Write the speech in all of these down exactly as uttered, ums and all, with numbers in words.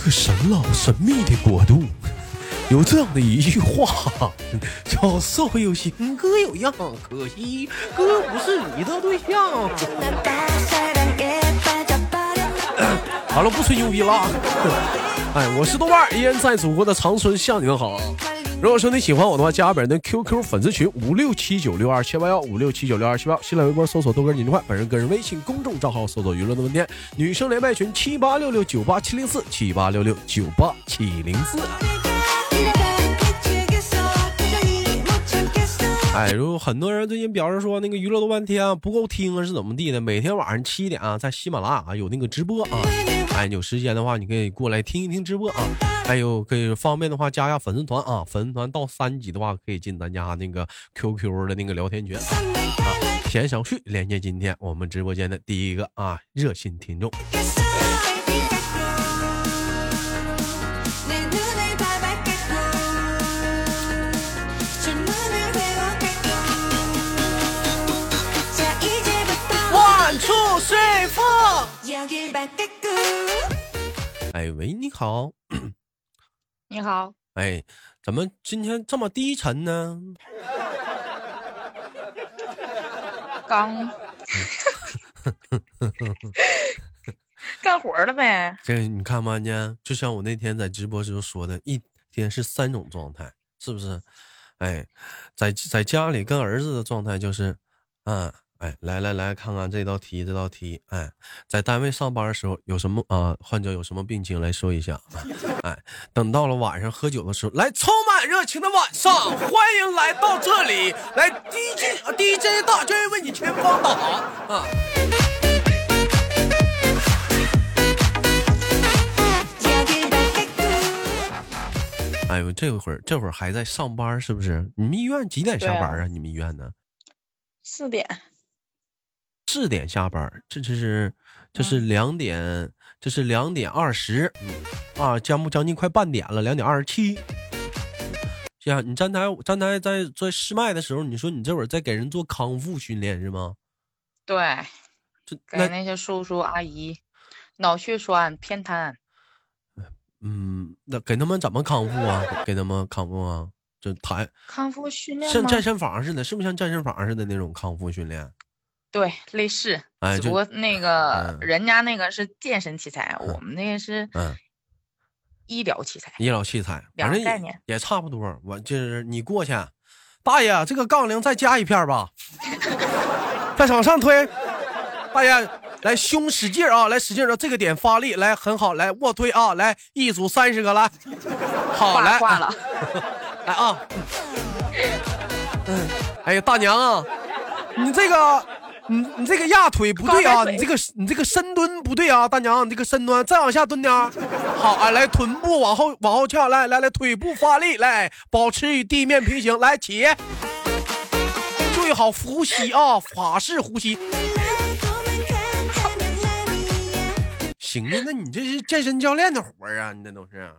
个神老神秘的国度，有这样的一句话，叫社会有形，哥有样，可惜哥不是你的对象。好了，不吹牛逼了。哎，我是豆瓣，依然在祖国的长春向你们好。如果说你喜欢我的话，加本人的 Q Q 粉丝群五六七九六二七八幺五六七九六二七八，新浪微博搜索豆哥你的快，本人个人微信公众账号搜索娱乐的问天，女生连麦群七八六六九八七零四七八六六九八七零四。哎，如果很多人最近表示说那个娱乐豆半天啊不够听啊是怎么地的？每天晚上七点啊，在喜马拉雅有那个直播啊，哎，有时间的话你可以过来听一听直播啊。还有可以方便的话加一下粉丝团啊，粉丝团到三级的话可以进咱家那个 Q Q 的那个聊天群啊。闲少叙，连接今天我们直播间的第一个啊热心听众。One two three four。哎喂，你好。 你好。 哎，怎么今天这么低沉呢？ 刚干活了呗。 这你看吧呢，就像我那天在直播时候说的，一天是三种状态，是不是？哎，在在家里跟儿子的状态就是，嗯。哎，来来来看看这道题，这道题。哎，在单位上班的时候有什么啊？患者有什么病情来说一下。哎，等到了晚上喝酒的时候，来充满热情的晚上，欢迎来到这里，来 D J D J 大军为你前方导航啊！哎呦，这会儿这会儿还在上班是不是？你们医院几点下班啊？啊你们医院呢？ 四点。 四点下班，这就是这是两点、嗯，这是两点二十，嗯啊，将不将近快半点了，两点二十七。这样，你站台站台在在试麦的时候，你说你这会儿在给人做康复训练是吗？ 对， 这给那些叔叔阿姨脑血栓偏瘫。 嗯，那给他们怎么康复啊？给他们康复啊？就抬康复训练像健身房似的，是不是像健身房似的那种康复训练？ 对，类似， 哎， 只不过那个、 嗯、 人家那个是健身器材，嗯、我们那个是医疗器材。 医疗器材， 两个概念也, 也差不多。我就是你过去，大爷，这个杠铃再加一片吧，再往上推，大爷，来胸使劲啊，来使劲的这个点发力，来很好，来卧推啊，来一组三十个来，好来， 挂了， 来啊，嗯，哎呀，大娘啊，你这个。你你这个压腿不对啊，你这个你这个深蹲不对啊，大娘，你这个深蹲再往下蹲点。好啊，来臀部往后往后翘，来来来，腿部发力，来保持与地面平行，来起，注意好呼吸啊，法式呼吸。行啊，那你这是健身教练的活啊，你这都是。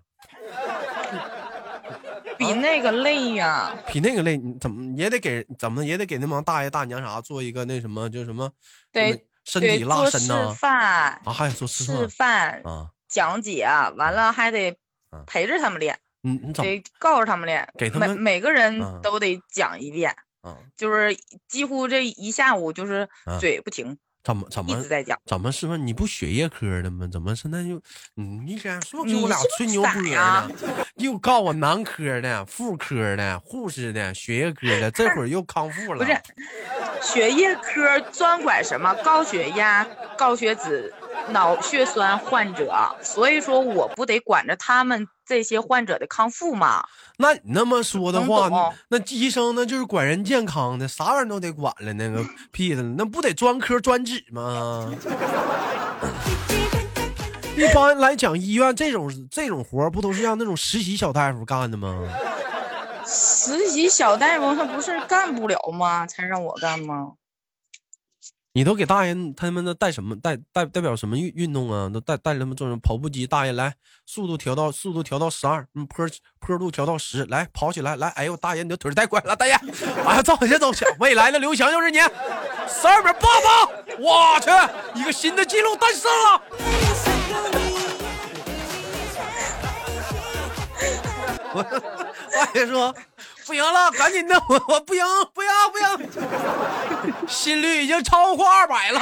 比那个累呀、啊， 比那个累，你怎么也得给，怎么也得给那帮大爷大娘啥做一个那什么，就什么， 对， 身体拉伸呐、 啊，示范啊，还有做示范， 示范啊，讲解，完了还得陪着他们练， 嗯、啊，你怎么得告诉他们练， 给他们每每个人都得讲一遍， 啊， 就是几乎这一下午就是嘴不停。 啊怎么怎么一直在讲？ 怎么是吧？你不血液科的吗？怎么现在就嗯一天说给我俩吹牛波呢？又告我男科的、妇科的、护士的、血液科的，这会儿又康复了。 不是，血液科专管什么高血压、高血脂、脑血栓患者，所以说我不得管着他们这些患者的康复吗？ 那你那么说的话，那, 那医生那就是管人健康的，啥玩意儿都得管了，那个屁的，那不得专科专指吗？一般来讲，医院这种这种活不都是让那种实习小大夫干的吗？ 实习小大夫他不是干不了吗？才让我干吗？ 你都给大爷他们都带什么带带代表什么运运动啊？都带带他们做什么跑步机？大爷来，速度调到速度调到十二，嗯，坡坡度调到十，来跑起来，来，哎呦，大爷你的腿太拐了，大爷，哎呀，照一下照相，未来的刘翔就是你，十二秒八八，我去，一个新的记录诞生了。 大爷说不行了，赶紧的，我我不行，不行不行，心率已经超过二百了。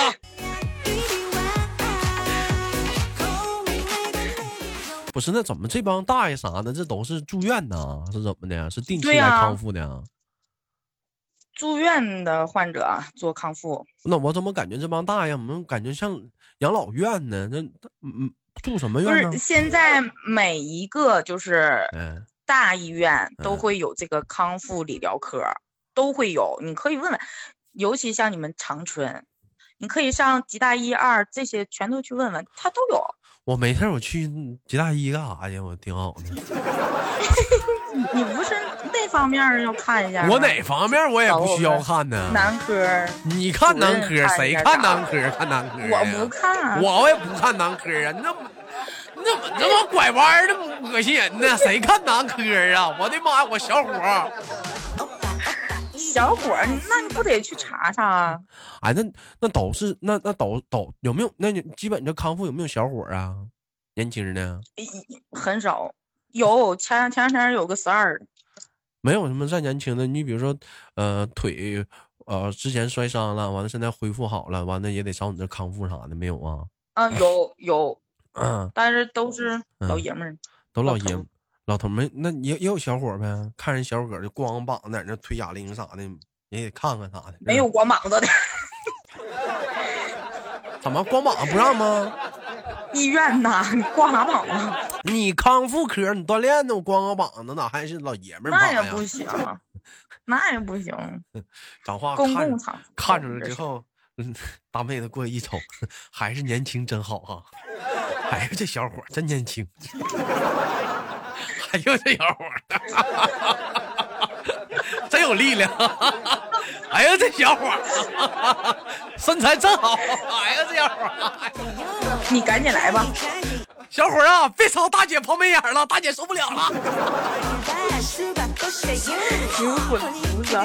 不是，那怎么这帮大爷啥的，这都是住院呢？是怎么的？是定期来康复的？啊、 住院的患者做康复。 那我怎么感觉这帮大爷，我们感觉像养老院呢？那嗯，住什么院呢？ 不是，现在每一个就是大医院都会有这个康复理疗科，嗯、都会有。你可以问问，尤其像你们长春，你可以上吉大一二这些全都去问问，他都有。 我没事，我去吉大一干啥去？我挺好的。 你不是那方面要看一下吗？ 我哪方面我也不需要看呢。 男科， 你看男科，谁看男科？看男科、啊？ 我不看， 我也不看男科啊。那你怎么这么拐弯的恶心人呢？谁看男科啊？我的妈！我小伙。 小伙儿，那你不得去查查啊？ 哎，那那都是那那都都有没有？那你基本这康复有没有小伙啊？年轻人呢？ 很少，有前前两天有个十二的， 没有什么再年轻的。你比如说，呃，腿呃之前摔伤了，完了现在恢复好了，完了也得上你这康复啥的，没有啊？ 啊，有有， 嗯， 但是都是老爷们儿、嗯， 都老爷们。老头们，那也也有小伙呗，看人小伙就光膀子在那推哑铃啥的，也得看看啥的。 没有光膀子的， 怎么光膀子不让吗？ 医院呐，你光啥膀子？ 你康复科，你锻炼呢，我光个膀子哪还是老爷们儿？ 那也不行，那也不行。 讲话公共场合看着了之后，嗯，大妹子过去一瞅，还是年轻真好哈、啊！哎呀，这小伙真年轻。哎呦，这小伙真有力量！哎呀，这小伙身材真好！哎呀，这小伙， 你赶紧来吧， 小伙啊，别朝大姐旁边眼了，大姐受不了了。 你滚犊子！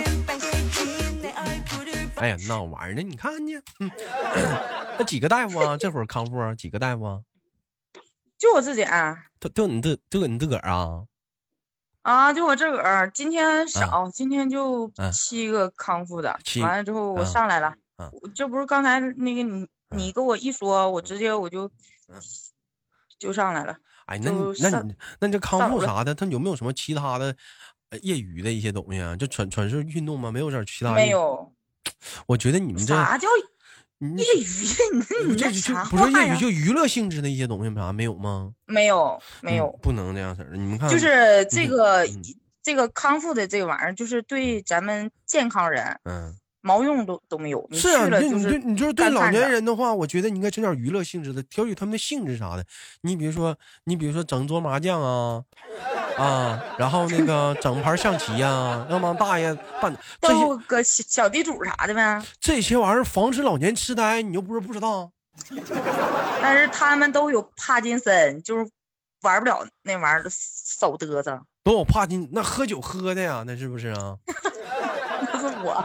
哎呀，闹玩呢，你看呢？嗯，那几个大夫啊？这会儿康复啊？几个大夫啊？ 就我自己啊， 就就你自就你自个儿啊， 啊，就我这个儿，今天少， 啊、 今天就七个康复的， 啊、 完了之后我上来了， 啊、 这不是刚才那个你、啊、你跟我一说，我直接我就、啊、就上来了。 哎，那你那你那这康复啥的，他有没有什么其他的业余的一些东西啊？就纯纯是运动吗？没有点其他？ 没有。 我觉得你们这啥叫？业余，你这就不是业余，就娱乐性质的一些东西啥没有吗？ 没有，没有， 嗯、不能这样式的。你们看， 就是这个、嗯、这个康复的这个玩意儿，就是对咱们健康人，嗯，毛用都都没有。 是啊， 你你就你就是对老年人的话，我觉得你应该整点娱乐性质的，调取他们的兴致啥的。你比如说，你比如说整桌麻将啊。啊，然后那个整盘象棋啊，让帮大爷办这些个小地主啥的呗。 这些玩意儿防止老年痴呆，你又不是不知道。 但是他们都有帕金森，就是玩不了那玩意儿的手嘚瑟。 都有帕金，那喝酒喝的呀，那是不是啊？ 那是我。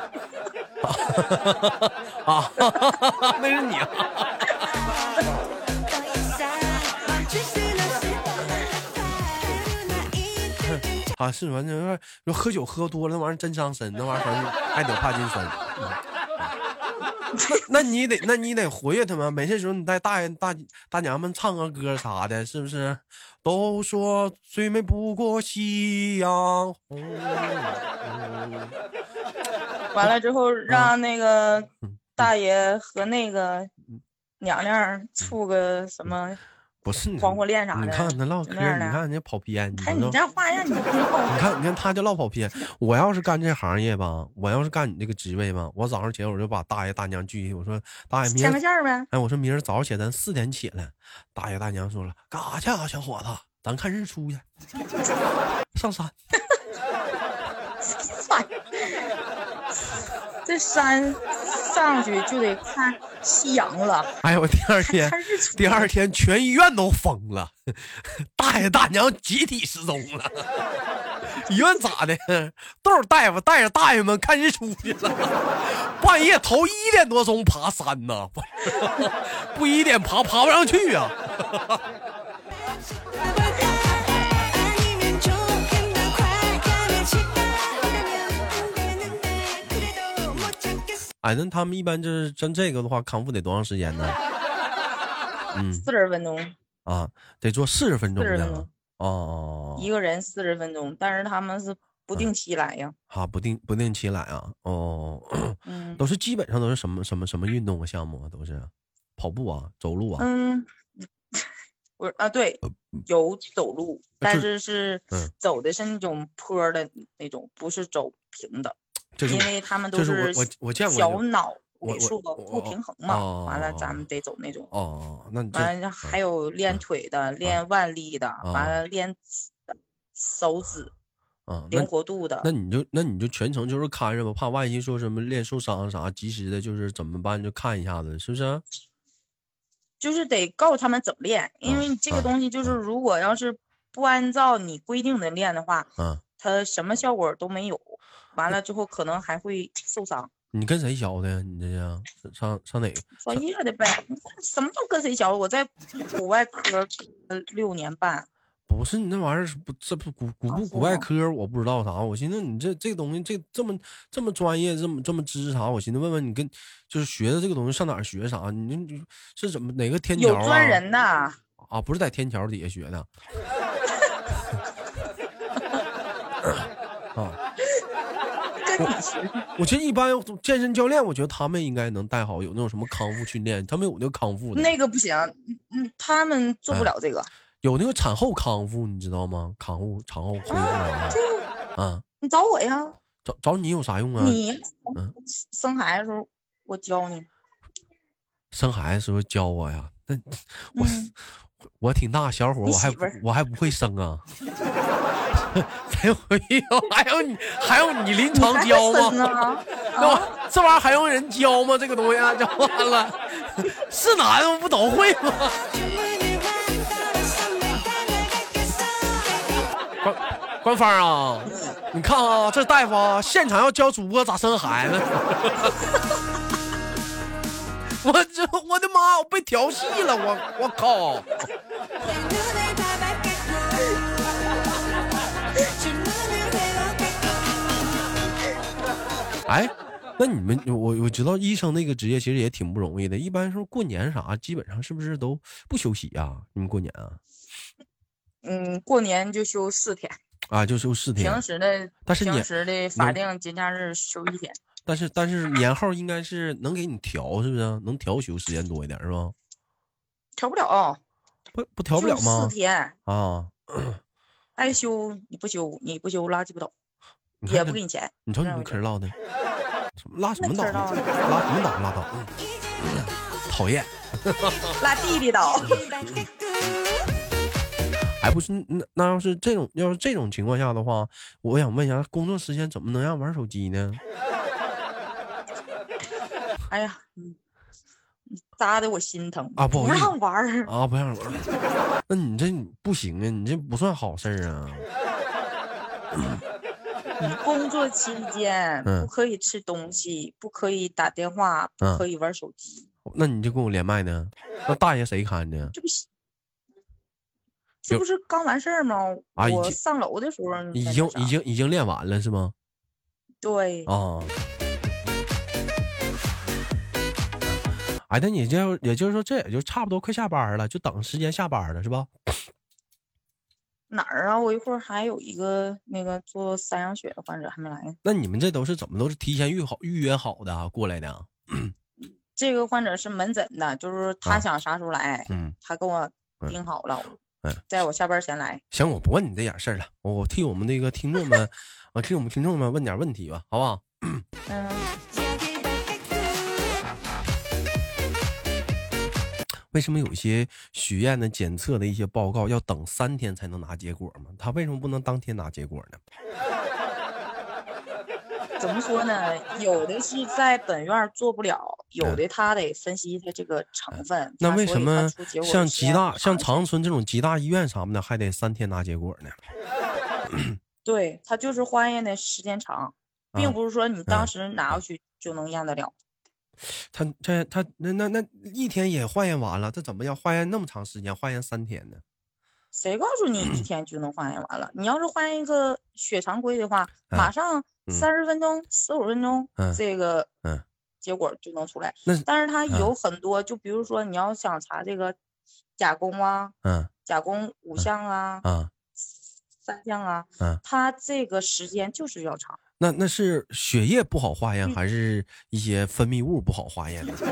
啊，那是你啊。啊，是完全说喝酒喝多了，那玩意儿真伤身，那玩意儿还得帕金森。嗯、那你得，那你得活跃他们。没事时候你带大爷大大娘们唱个歌啥的，是不是？都说最美不过夕阳红。嗯、 完了之后，让那个大爷和那个娘娘处个什么？ 不是黄花恋啥的， 你看他唠嗑，你看人家跑偏。 看你这话让你，你看，你看他就唠跑偏。我要是干这行业吧，我要是干你这个职位吧，我早上起来我就把大爷大娘聚一，我说大爷明牵个线呗。 哎，我说明儿早起咱四点起来。大爷大娘说了，干啥去啊，小伙子？咱看日出去，上山。 这山上去就得看夕阳了。 哎呦，我第二天第二天全医院都疯了，大爷大娘集体失踪了。医院咋的？都是大夫带着大爷们看日出去了。半夜头一点多钟爬山呢，不一点爬爬不上去啊。 哎，那他们一般就是真这个的话，康复得多长时间呢？嗯， 四十分钟啊，得做四十分钟的。 哦哦， 一个人四十分钟，但是他们是不定期来呀。 好、啊，不定不定期来啊。哦， 嗯， 都是基本上都是什么什么什么运动项目啊？都是跑步啊，走路啊。 嗯，不是啊，对，有走路，但是是走的是那种坡的那种，不是走平的，因为他们都是我我见过小脑萎缩不平衡嘛。完了，咱们得走那种。 哦，那完了还有练腿的，练腕力的，完了练手指。 啊， 灵活度的， 那你就那你就全程就是看着吧，怕万一说什么练受伤啥，及时的就是怎么办，就看一下子，是不是？ 就是得告诉他们怎么练，因为这个东西就是，如果要是不按照你规定的练的话， 嗯， 它什么效果都没有，完了之后可能还会受伤。 你跟谁学的呀？你这样上上哪个？ 专业的呗，什么都跟谁学？我在骨外科六年半。 不是你那玩意儿不这不骨骨部骨外科，我不知道啥。我寻思你这这东西这这么这么专业，这么这么知识啥？我寻思问问你跟就是学的这个东西上哪儿学啥？你你是怎么哪个天桥啊？ 有专人的啊，不是在天桥底下学的。啊，我我觉得一般健身教练，我觉得他们应该能带好，有那种什么康复训练，他们有那个康复的。 那个不行，嗯，他们做不了这个。哎有那个产后康复，你知道吗？康复产后恢复啊， 啊，你找我呀？ 找找你有啥用啊？ 你嗯，生孩子的时候我教你。 生孩子时候教我呀？那我、嗯、我挺大小伙，我还我还不会生啊。才会有，还有你还有你临床教吗？那、啊、这玩意儿还用人教吗？这个东西啊，就完了。是男的不都会吗？官官方啊，你看啊，这大夫啊，现场要教主播咋生孩子。我这我的妈，我被调戏了，我我靠！哎，那你们我我知道医生那个职业其实也挺不容易的，一般说过年啥，基本上是不是都不休息呀、啊？你们过年啊？ 嗯，过年就休四天啊，就休四天。 平时的， 但是平时的法定节假日休一天。 但是但是年后应该是能给你调，是不是？能调休时间多一点是吧？ 调不了， 不不调不了吗？ 四天啊， 爱休你不休，你不休拉鸡巴倒，也不给你钱。 你瞅你们嗑唠的，拉什么倒？拉什么倒？拉倒，嗯、讨厌， 拉弟弟倒。 还不是那那要是这种要是这种情况下的话，我想问一下，工作时间怎么能让玩手机呢？ 哎呀，你扎的我心疼啊！不不让玩啊，不让玩。那你这不行啊，你这不算好事啊。 工作期间不可以吃东西，嗯、不可以打电话，不可以玩手机。 嗯、那你就跟我连麦呢？那大爷谁看呢？ 这不行。这不是刚完事儿吗？ 啊， 我上楼的时候已经已经已经练完了是吗？ 对啊。哎，那你这也就是说，这也就差不多快下班了，就等时间下班了是吧？ 哪儿啊？我一会儿还有一个那个做三阳血的患者还没来呢。 那你们这都是怎么都是提前预好预约好的、啊、过来的、啊？ 这个患者是门诊的，就是他想啥时候来， 啊、嗯， 他跟我定好了。 嗯嗯，在我下班前来。 行，我不问你这点事儿了，我替我们那个听众们，我替我们听众们问点问题吧，好不好？嗯。为什么有一些许愿的检测的一些报告要等三天才能拿结果吗？他为什么不能当天拿结果呢？ 怎么说呢？有的是在本院做不了，有的他得分析他这个成分。嗯、 那为什么像吉大、像长春这种吉大医院啥的，还得三天拿结果呢？ 对，他就是化验的时间长，并不是说你当时拿过去就能验得了。 他这他那那那一天也化验完了，这怎么要化验那么长时间？化验三天呢？ 谁告诉你一天就能化验完了？你要是化验一个血常规的话，马上三十分钟、十五分钟， 嗯、 这个嗯结果就能出来。但是它有很多，嗯、就比如说你要想查这个甲宫啊， 嗯， 甲宫五项啊， 嗯， 三项啊， 嗯， 它这个时间就是要长。 那那是血液不好化验，还是一些分泌物不好化验呢？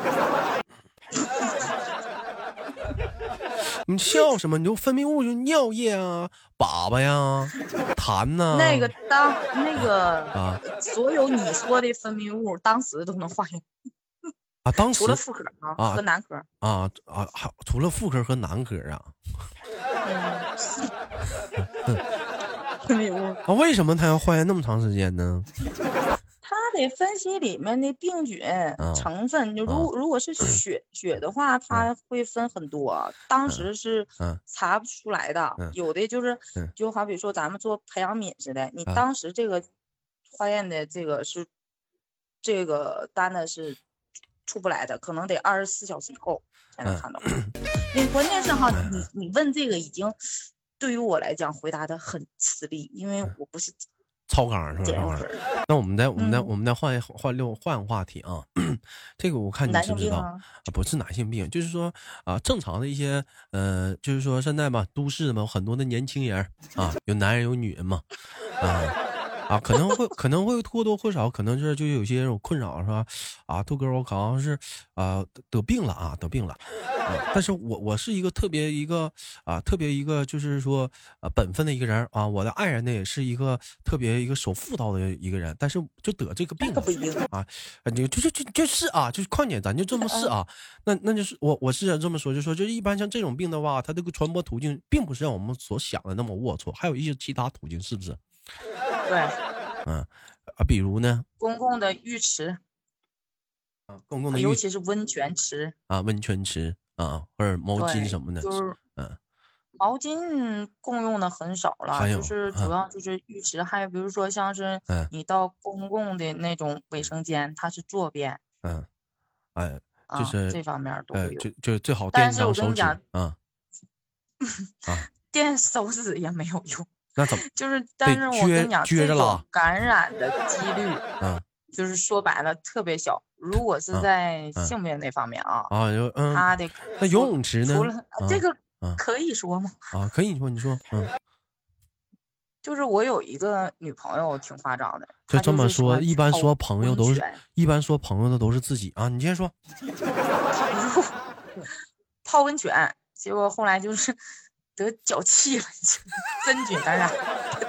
你笑什么？你就分泌物就尿液啊、粑粑呀、痰呐、啊。 那个当那个啊， 所有你说的分泌物，当时都能化验啊。当时除了妇科啊，啊和男科啊啊，除了妇科和男科啊。 嗯，分泌物啊，为什么他要化验那么长时间呢？ 他得分析里面的病菌成分，就如如果是血血的话，它会分很多。当时是查不出来的，有的就是就好比说咱们做培养皿似的，你当时这个化验的这个是这个单的是出不来的，可能得二十四小时以后才能看到。你关键是哈，你你问这个已经对于我来讲回答的很吃力，因为我不是。 超纲是吧？那我们再我们再、嗯、我们再换换六换话题啊。这个我看你知不知道啊？不是男性病，就是说啊，正常的一些呃，就是说现在吧，都市嘛，很多的年轻人啊，有男人有女人嘛，啊。啊，可能会可能会或多或少，可能是就有些有困扰是吧？啊，豆哥，我好像是啊得病了啊，得病了。啊、但是我我是一个特别一个啊特别一个就是说啊本分的一个人啊，我的爱人呢也是一个特别一个守妇道的一个人，但是就得这个病了啊，你就就就就是啊，就是况且咱就这么是啊，那那就是我我是这么说，就说就一般像这种病的话，它这个传播途径并不是像我们所想的那么龌龊，还有一些其他途径，是不是？ 对， 嗯啊，比如呢， 公共的浴池啊，公共的浴， 尤其是温泉池啊，温泉池啊，或者毛巾什么的， 就是嗯， 毛巾共用的很少了，就是主要就是浴池， 嗯、 还有比如说像是你到公共的那种卫生间，它是坐便， 嗯，哎，就是、 啊、这方面都会有， 呃、就就最好但是我跟你讲， 啊， 啊，垫手指也没有用。 那怎么？ 就是，但是我跟你讲， 撅着拉感染的几率， 嗯， 就是说白了特别小。如果是在性病那方面啊， 啊，有嗯， 他的那游泳池呢？ 除了这个可以说吗？ 啊，可以说，你说，嗯， 就是我有一个女朋友挺夸张的， 就这么说，一般说朋友都是，一般说朋友的都是自己啊。你先说， 泡温泉，结果后来就是得脚气了，真菌感染。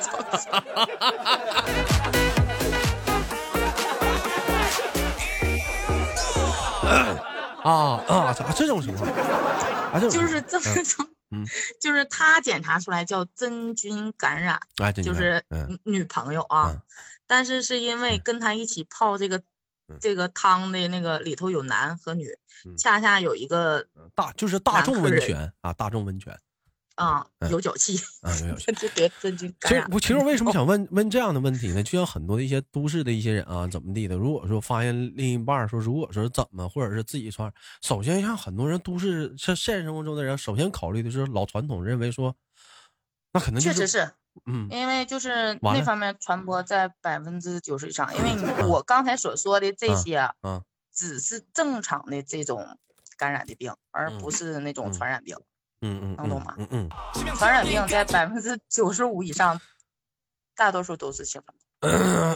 啊啊！咋这种情况？啊，这就是这么种，嗯，就是他检查出来叫真菌感染， 啊， 就是女朋友啊， 嗯、 但是是因为跟他一起泡这个、嗯、这个汤的那个里头有男和女，嗯、恰恰有一个大就是大众温泉啊，大众温泉。 啊、嗯，有脚气啊，有脚气， 就得真菌感染。 其实我其实我为什么想问问这样的问题呢？就像很多的一些都市的一些人啊，怎么地的？如果说发现另一半说，如果说怎么，或者是自己传，首先像很多人都市像现实生活中的人，首先考虑的是老传统，认为说，那可能、就是、 确实是， 嗯， 因为就是那方面传播在百分之九十以上。因为你我刚才所说的这些， 嗯，嗯只是正常的这种感染的病，而不是那种传染病。 嗯嗯嗯， 能懂吗？ 嗯嗯， 传染病在百分之九十五以上，大多数都是性病。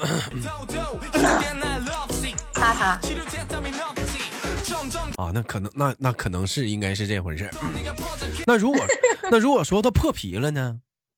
哈哈。 啊，那可能，那那可能是应该是这回事。那如果那如果说他破皮了呢？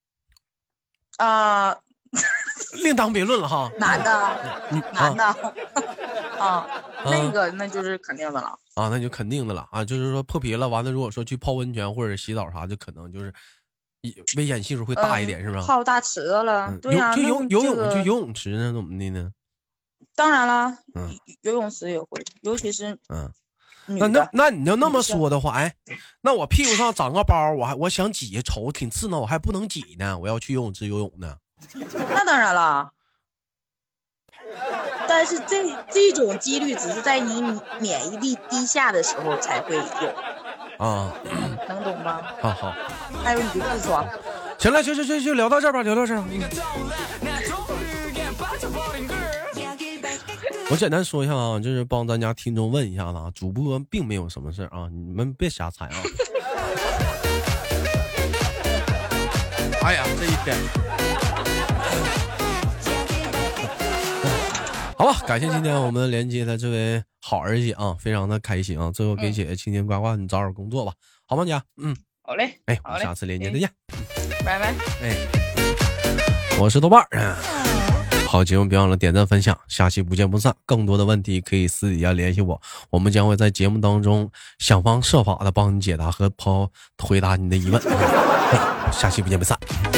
啊、呃， 另当别论了哈。 男的，男的，啊，那个那就是肯定的了。 啊，那就肯定的了啊，就是说破皮了，完了，如果说去泡温泉或者洗澡啥，就可能就是危险系数会大一点， 嗯、 是吧？ 泡大池子了， 嗯、 对呀、啊， 就游游泳去、这个、 游泳池呢，怎么的呢？ 当然了， 嗯， 游泳池也会，尤其是嗯，那那那你要那么说的话，哎，那我屁股上长个包，我还我想挤，瞅挺刺挠，我还不能挤呢，我要去游泳池游泳呢。 那当然了。但是这这种几率只是在你免疫力低下的时候才会有啊， 能懂吗？ 好好， 还有你的痔疮。 行了，行行行，就聊到这儿吧，聊到这儿。嗯我简单说一下啊，就是帮咱家听众问一下子啊，主播并没有什么事啊，你们别瞎猜啊。哎呀，这一天，好吧，感谢今天我们连接的这位好儿姐啊，非常的开心啊。最后给姐姐轻轻呱呱，你早点工作吧，好吗姐？嗯， 好嘞， 哎，我们下次连接再见， 拜拜。 哎，我是豆瓣儿。好节目别忘了点赞分享，下期不见不散。更多的问题可以私底下联系我，我们将会在节目当中想方设法的帮你解答和抛回答你的疑问。下期不见不散。